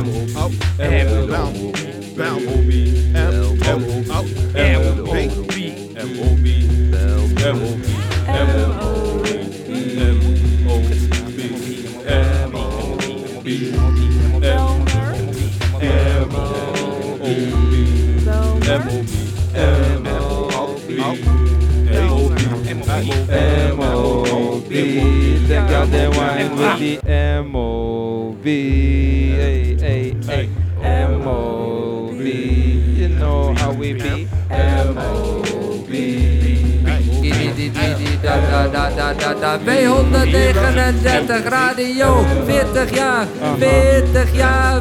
M.O.B. M.O.B. You know how we be. M.O.B. W139 radio, 40 jaar, 40 jaar,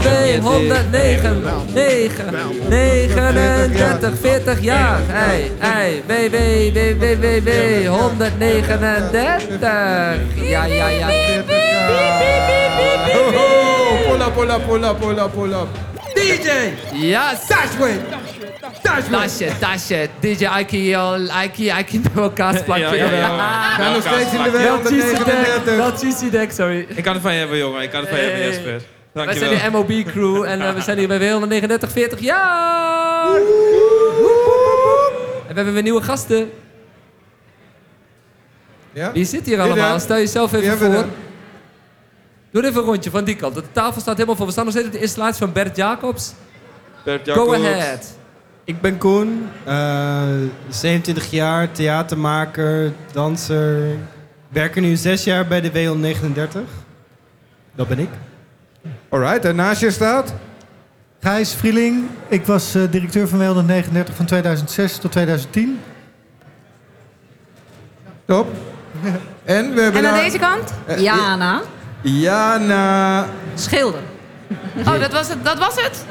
W139, 40 jaar, W139, ja. Pull up. DJ! Ja, Tasje. DJ Ike podcast plakje. We zijn nog steeds in de W139. Wel cheesy deck, sorry. Ik kan het van je hebben, jongen. Ik kan het van je hebben, Jesper. Wij zijn de MOB crew en we zijn hier bij W139, 40 jaar. En we hebben weer nieuwe gasten. Ja? Wie zit hier allemaal? Stel jezelf even voor. Dan? Doe even een rondje van die kant. De tafel staat helemaal vol. We staan nog steeds op de installatie van Bert Jacobs. Go ahead. Ik ben Koen, 27 jaar, theatermaker, danser. Werk er nu 6 jaar bij de W139. Dat ben ik. Alright, en naast je staat? Gijs Vrieling. Ik was directeur van W139 van 2006 tot 2010. Top. En we hebben En aan deze kant? Jana. Jana. Schilder. Oh, dat was het?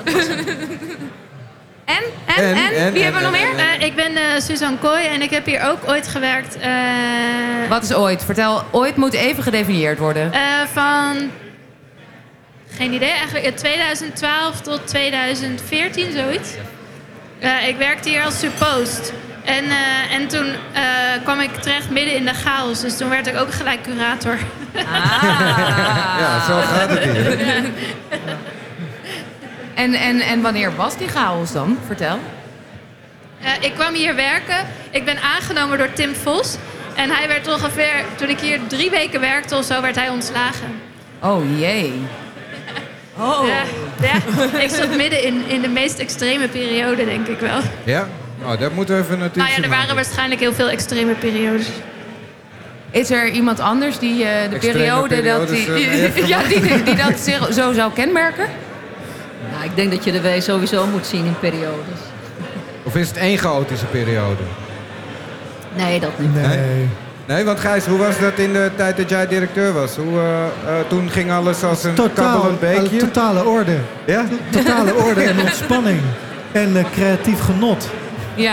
En? Wie hebben we nog meer? Ik ben Suzanne Kooi en ik heb hier ook ooit gewerkt. Wat is ooit? Vertel, ooit moet even gedefinieerd worden. Van... Geen idee, eigenlijk 2012 tot 2014, zoiets. Ik werkte hier als suppost. En toen kwam ik terecht midden in de chaos. Dus toen werd ik ook gelijk curator. Ja, zo gaat het hier. En wanneer was die chaos dan? Vertel. Ik kwam hier werken. Ik ben aangenomen door Tim Vos. En hij werd ongeveer, toen ik hier 3 weken werkte of zo, werd hij ontslagen. Oh jee. Oh. Ja, ik zat midden in de meest extreme periode, denk ik wel. Ja? Nou, dat moeten we even natuurlijk. Nou ja, er waren waarschijnlijk heel veel extreme periodes. Is er iemand anders die de periode die dat zo zou kenmerken? Nou, ik denk dat je de W sowieso moet zien in periodes. Of is het één chaotische periode? Nee, dat niet. Nee, want Gijs, hoe was dat in de tijd dat jij directeur was? Toen ging alles als een kabbelend beekje? Totale orde. Ja? Totale orde en ontspanning. En creatief genot. Ja.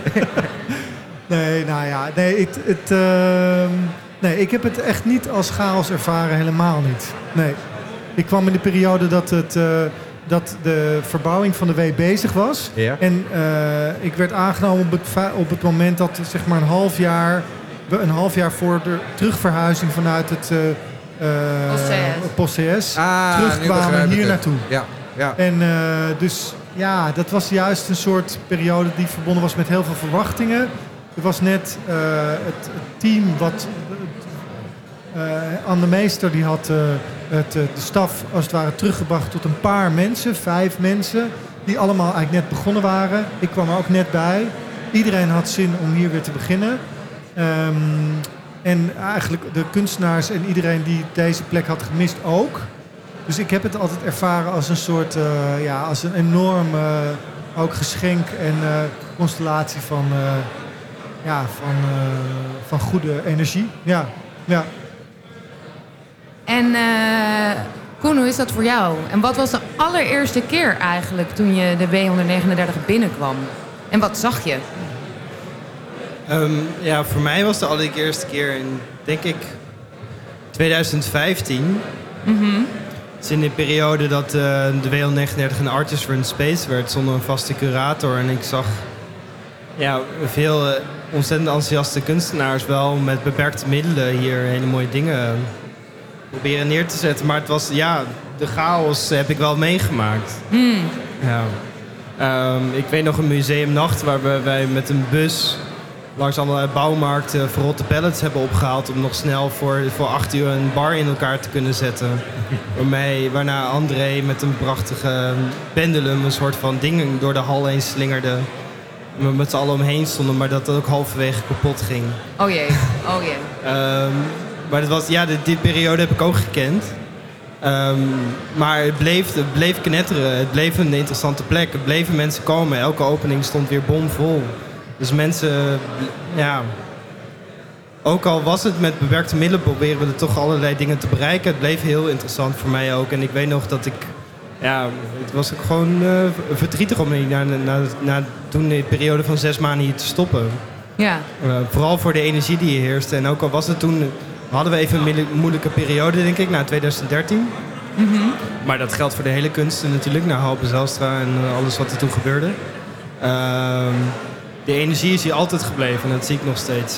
Nee, ik heb het echt niet als chaos ervaren, helemaal niet. Nee. Ik kwam in de periode dat de verbouwing van de W bezig was. Ja. En ik werd aangenomen op het moment dat zeg maar een half jaar voor de terugverhuizing vanuit het PostCS terugkwamen hier naartoe. Ja. En dus ja, dat was juist een soort periode die verbonden was met heel veel verwachtingen. Er was net het team wat... Anne Meester die had de staf als het ware teruggebracht tot een paar mensen, 5 mensen, die allemaal eigenlijk net begonnen waren. Ik kwam er ook net bij. Iedereen had zin om hier weer te beginnen. En eigenlijk de kunstenaars en iedereen die deze plek had gemist ook. Dus ik heb het altijd ervaren als een soort, als een enorm ook geschenk en constellatie van goede energie. Ja. En Koen, hoe is dat voor jou? En wat was de allereerste keer eigenlijk toen je de W139 binnenkwam? En wat zag je? Voor mij was de allereerste keer in, denk ik, 2015. Mm-hmm. Het is in de periode dat de W139 een Artist for Space werd zonder een vaste curator. En ik zag veel ontzettend enthousiaste kunstenaars wel met beperkte middelen hier hele mooie dingen proberen neer te zetten. Maar het was, de chaos heb ik wel meegemaakt. Ja. Ik weet nog een museumnacht waar wij met een bus langs allerlei bouwmarkten verrotte pallets hebben opgehaald om nog snel voor 8 uur een bar in elkaar te kunnen zetten. Waarna André met een prachtige pendulum een soort van ding door de hal heen slingerde. We met z'n allen omheen stonden, maar dat ook halverwege kapot ging. Oh jee. Maar dat was, die periode heb ik ook gekend. Maar het bleef knetteren. Het bleef een interessante plek. Er bleven mensen komen. Elke opening stond weer bomvol. Dus mensen, ook al was het met beperkte middelen, proberen we er toch allerlei dingen te bereiken. Het bleef heel interessant voor mij ook. En ik weet nog dat het was ook gewoon verdrietig om na toen de periode van 6 maanden hier te stoppen. Ja. Vooral voor de energie die hier heerste. En ook al was het toen, hadden we even een moeilijke periode, denk ik, na 2013. Mm-hmm. Maar dat geldt voor de hele kunsten natuurlijk, na Halbe Zijlstra en alles wat er toen gebeurde. De energie is hier altijd gebleven en dat zie ik nog steeds.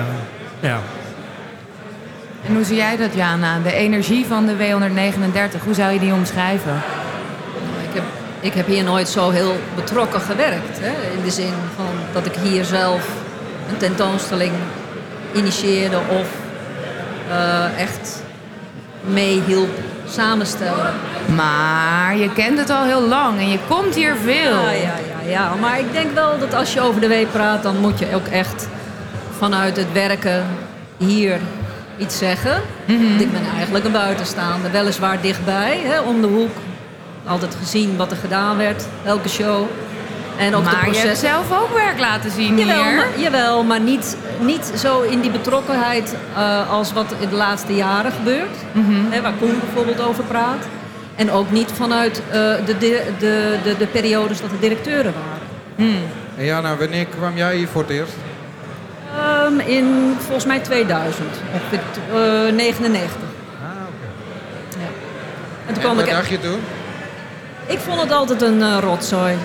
En hoe zie jij dat, Jana? De energie van de W139, hoe zou je die omschrijven? Ik heb hier nooit zo heel betrokken gewerkt. Hè? In de zin van dat ik hier zelf een tentoonstelling initieerde of echt meehielp samenstellen. Maar je kent het al heel lang en je komt hier veel. Ja, maar ik denk wel dat als je over de W praat, dan moet je ook echt vanuit het werken hier iets zeggen. Mm-hmm. Want ik ben eigenlijk een buitenstaander, weliswaar dichtbij, hè, om de hoek. Altijd gezien wat er gedaan werd, elke show. En ook maar de processen. je hebt zelf ook werk laten zien hier. Jawel, maar niet zo in die betrokkenheid als wat in de laatste jaren gebeurt. Mm-hmm. Hè, waar Koen bijvoorbeeld over praat. En ook niet vanuit de periodes dat de directeuren waren. En Jana, wanneer kwam jij hier voor het eerst? In volgens mij 2000, of 99. Ja. En toen kwam Wat dacht je toen? Ik vond het altijd een rotzooi.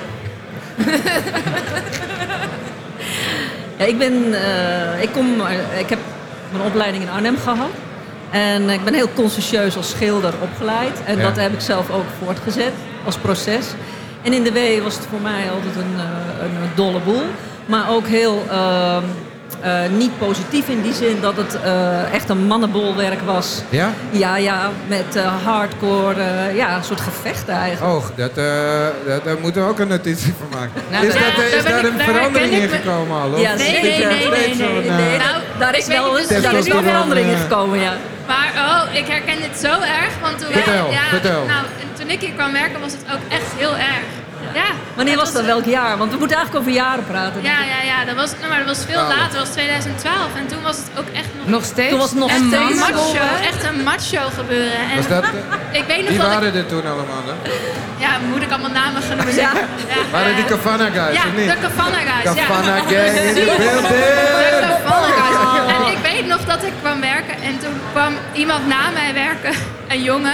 Ik heb mijn opleiding in Arnhem gehad. En ik ben heel consciëntieus als schilder opgeleid. En dat heb ik zelf ook voortgezet als proces. En in de W was het voor mij altijd een dolle boel. Maar ook heel niet positief in die zin dat het echt een mannenbolwerk was. Ja? Ja, met hardcore, een soort gevechten eigenlijk. Oh, daar moeten we ook een notitie van maken. Nou, is daar een verandering in gekomen al? Ja, Nee. Daar is wel weet niet, daar is wel verandering in gekomen, ja. Maar ik herken dit zo erg. Want toen Vertel. Nou, toen ik hier kwam werken was het ook echt heel erg. Ja. Wanneer was dat? Welk jaar? Want we moeten eigenlijk over jaren praten. Ja. Dat was veel later. Dat was 2012. En toen was het ook echt Nog steeds? Toen was het nog echt steeds een macho, school, hè? echt een macho gebeuren. En Was dat, ik weet nog wie dat waren er toen allemaal? Hè? moet ik allemaal namen gaan noemen? Ja. Waren die Cavana guys Ja, of niet? de Cavana guys. Cavana ja. gang in de building! De Cavana guys. En ik weet nog dat ik kwam werken en toen kwam iemand na mij werken, een jongen.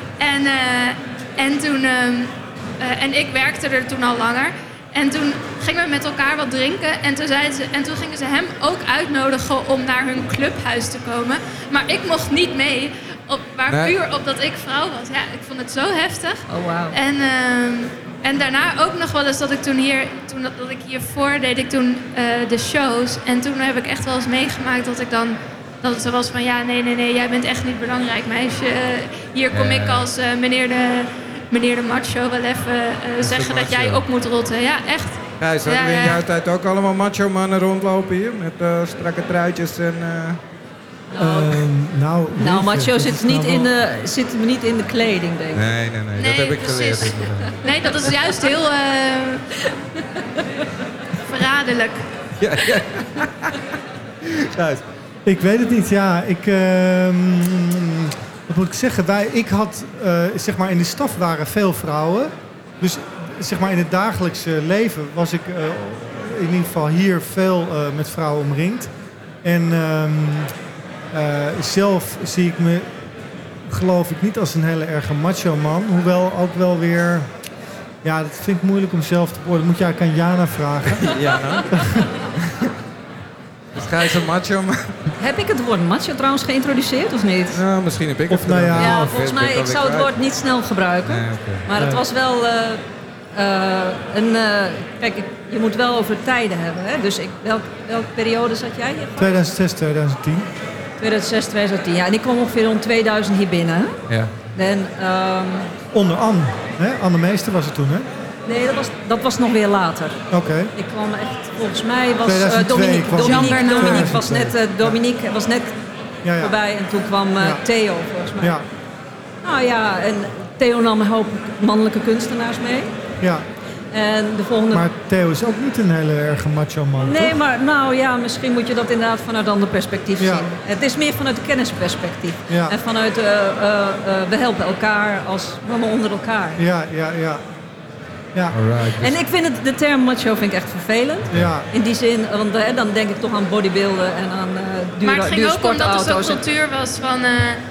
En toen... en ik werkte er toen al langer. En toen gingen we met elkaar wat drinken. En toen gingen ze hem ook uitnodigen om naar hun clubhuis te komen. Maar ik mocht niet mee. Puur omdat ik vrouw was. Ja, ik vond het zo heftig. Oh, wauw. En daarna ook nog wel eens dat ik dat ik hiervoor deed ik toen de shows. En toen heb ik echt wel eens meegemaakt dat ik dan... Dat het zo was van nee, jij bent echt niet belangrijk meisje. Hier kom ik als meneer de macho wel even zeggen dat jij op moet rotten. Ja, echt. Gijs, hadden we in jouw tijd ook allemaal macho mannen rondlopen hier? Met strakke truitjes en... Nou, macho zit niet in de kleding, denk ik. Nee, dat heb ik precies. geleerd. Nee, dat is juist heel verraderlijk. Ja. Gijs. Ik weet het niet, wat moet ik zeggen? Ik had, in de staf waren veel vrouwen. Dus in het dagelijkse leven was ik in ieder geval hier veel met vrouwen omringd. En zelf zie ik me, geloof ik, niet als een hele erg macho man. Hoewel ook wel weer... Ja, dat vind ik moeilijk om zelf te beoordelen. Moet je eigenlijk aan Jana vragen. Jana? Is Gijs een macho man? Heb ik het woord macho trouwens geïntroduceerd of niet? Nou, misschien heb ik het Of nou gedaan. ja, Ja, Of volgens heb mij, het ik zou het alweer woord niet snel gebruiken. kwijt. Nee, oké. Maar het was wel kijk, je moet wel over tijden hebben. Hè? Dus welke periode zat jij hier? 2006, 2010. 2006, 2010. Ja, en ik kwam ongeveer rond 2000 hier binnen. Hè? Ja. En, Onder Anne. Hè? Anne Meester was het toen, hè? nee, dat was nog weer later. Oké. Ik kwam echt, volgens mij was 2002 kwam Dominique was net, Dominique was net Ja, ja. voorbij en toen kwam Ja. Theo volgens mij. Ja, Nou ja, en Theo nam een hoop mannelijke kunstenaars mee. ja. En de volgende... Maar Theo is ook niet een hele erg macho man, Nee, toch? maar nou ja, misschien moet je dat inderdaad vanuit een ander perspectief Ja. zien. Het is meer vanuit de kennisperspectief. Ja. En vanuit we helpen elkaar als mama onder elkaar. Ja, ja, ja. Ja, Alright. Dus En ik vind de term macho vind ik echt vervelend. ja. In die zin, want dan denk ik toch aan bodybuilden en aan Maar het ging dure ook omdat er zo'n sportauto's. cultuur was van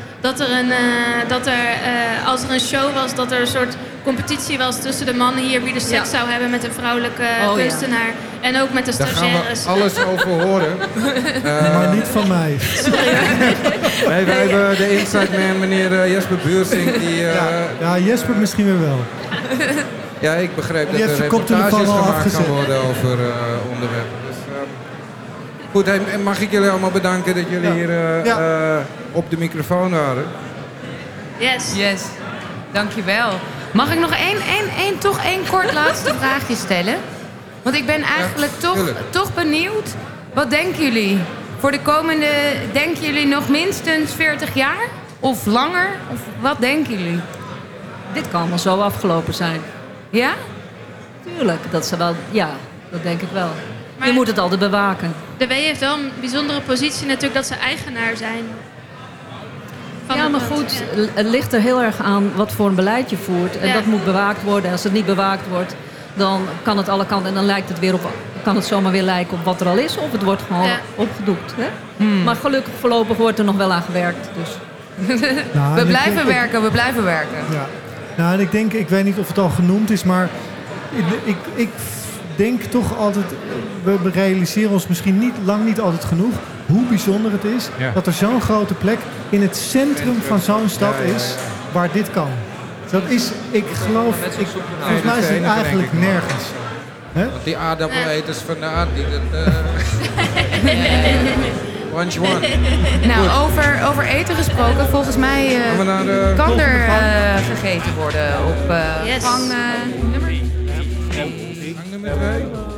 als er een show was, dat er een soort competitie was tussen de mannen hier wie de seks zou hebben met een vrouwelijke Oh, ja. kunstenaar. En ook met de Daar gaan stagiaires. we alles over horen. Maar niet van mij. Nee, wij hebben de inside man, meneer Jesper Buursink. Die, Ja, Jesper misschien weer wel. ja, ik begreep dat Die er heeft zijn koptelefoon reportages al gemaakt kan afgezet. worden over onderwerpen. Dus, goed, hey, mag ik jullie allemaal bedanken dat jullie hier op de microfoon waren. Yes. Yes, dankjewel. Mag ik nog één kort laatste vraagje stellen? Want ik ben eigenlijk tuurlijk. toch benieuwd. Wat denken jullie? Voor de komende, denken jullie nog minstens 40 jaar? Of langer? Of wat denken jullie? Dit kan allemaal zo afgelopen zijn. Ja? Tuurlijk, dat denk ik wel. Maar- Je moet het altijd bewaken. De W heeft wel een bijzondere positie natuurlijk dat ze eigenaar zijn. Van Ja, de maar grond. goed, Ja. het ligt er heel erg aan wat voor een beleid je voert. En Ja. dat moet bewaakt worden. En als het niet bewaakt wordt, dan kan het alle kanten. En dan lijkt het weer kan het zomaar weer lijken op wat er al is. Of het wordt gewoon Ja. opgedoekt. Hè? Maar gelukkig voorlopig wordt er nog wel aan gewerkt. Dus. Nou, We en ik blijven denk- werken, we blijven werken. Ja. Nou, en ik weet niet of het al genoemd is, maar ik denk toch altijd, we realiseren ons misschien lang niet altijd genoeg hoe bijzonder het is Ja. dat er zo'n grote plek in het centrum van zo'n stad Ja, ja, ja. is waar dit kan. Dat is, ik geloof, volgens mij is de het enige, eigenlijk denk ik, nog. nergens. Hè? Want die aardappeleters vandaan, die dat... Once you want. Nou, over eten gesproken, volgens mij Gaan we naar de kan er gegeten worden op Yes. gang nummer. gang nummer 2.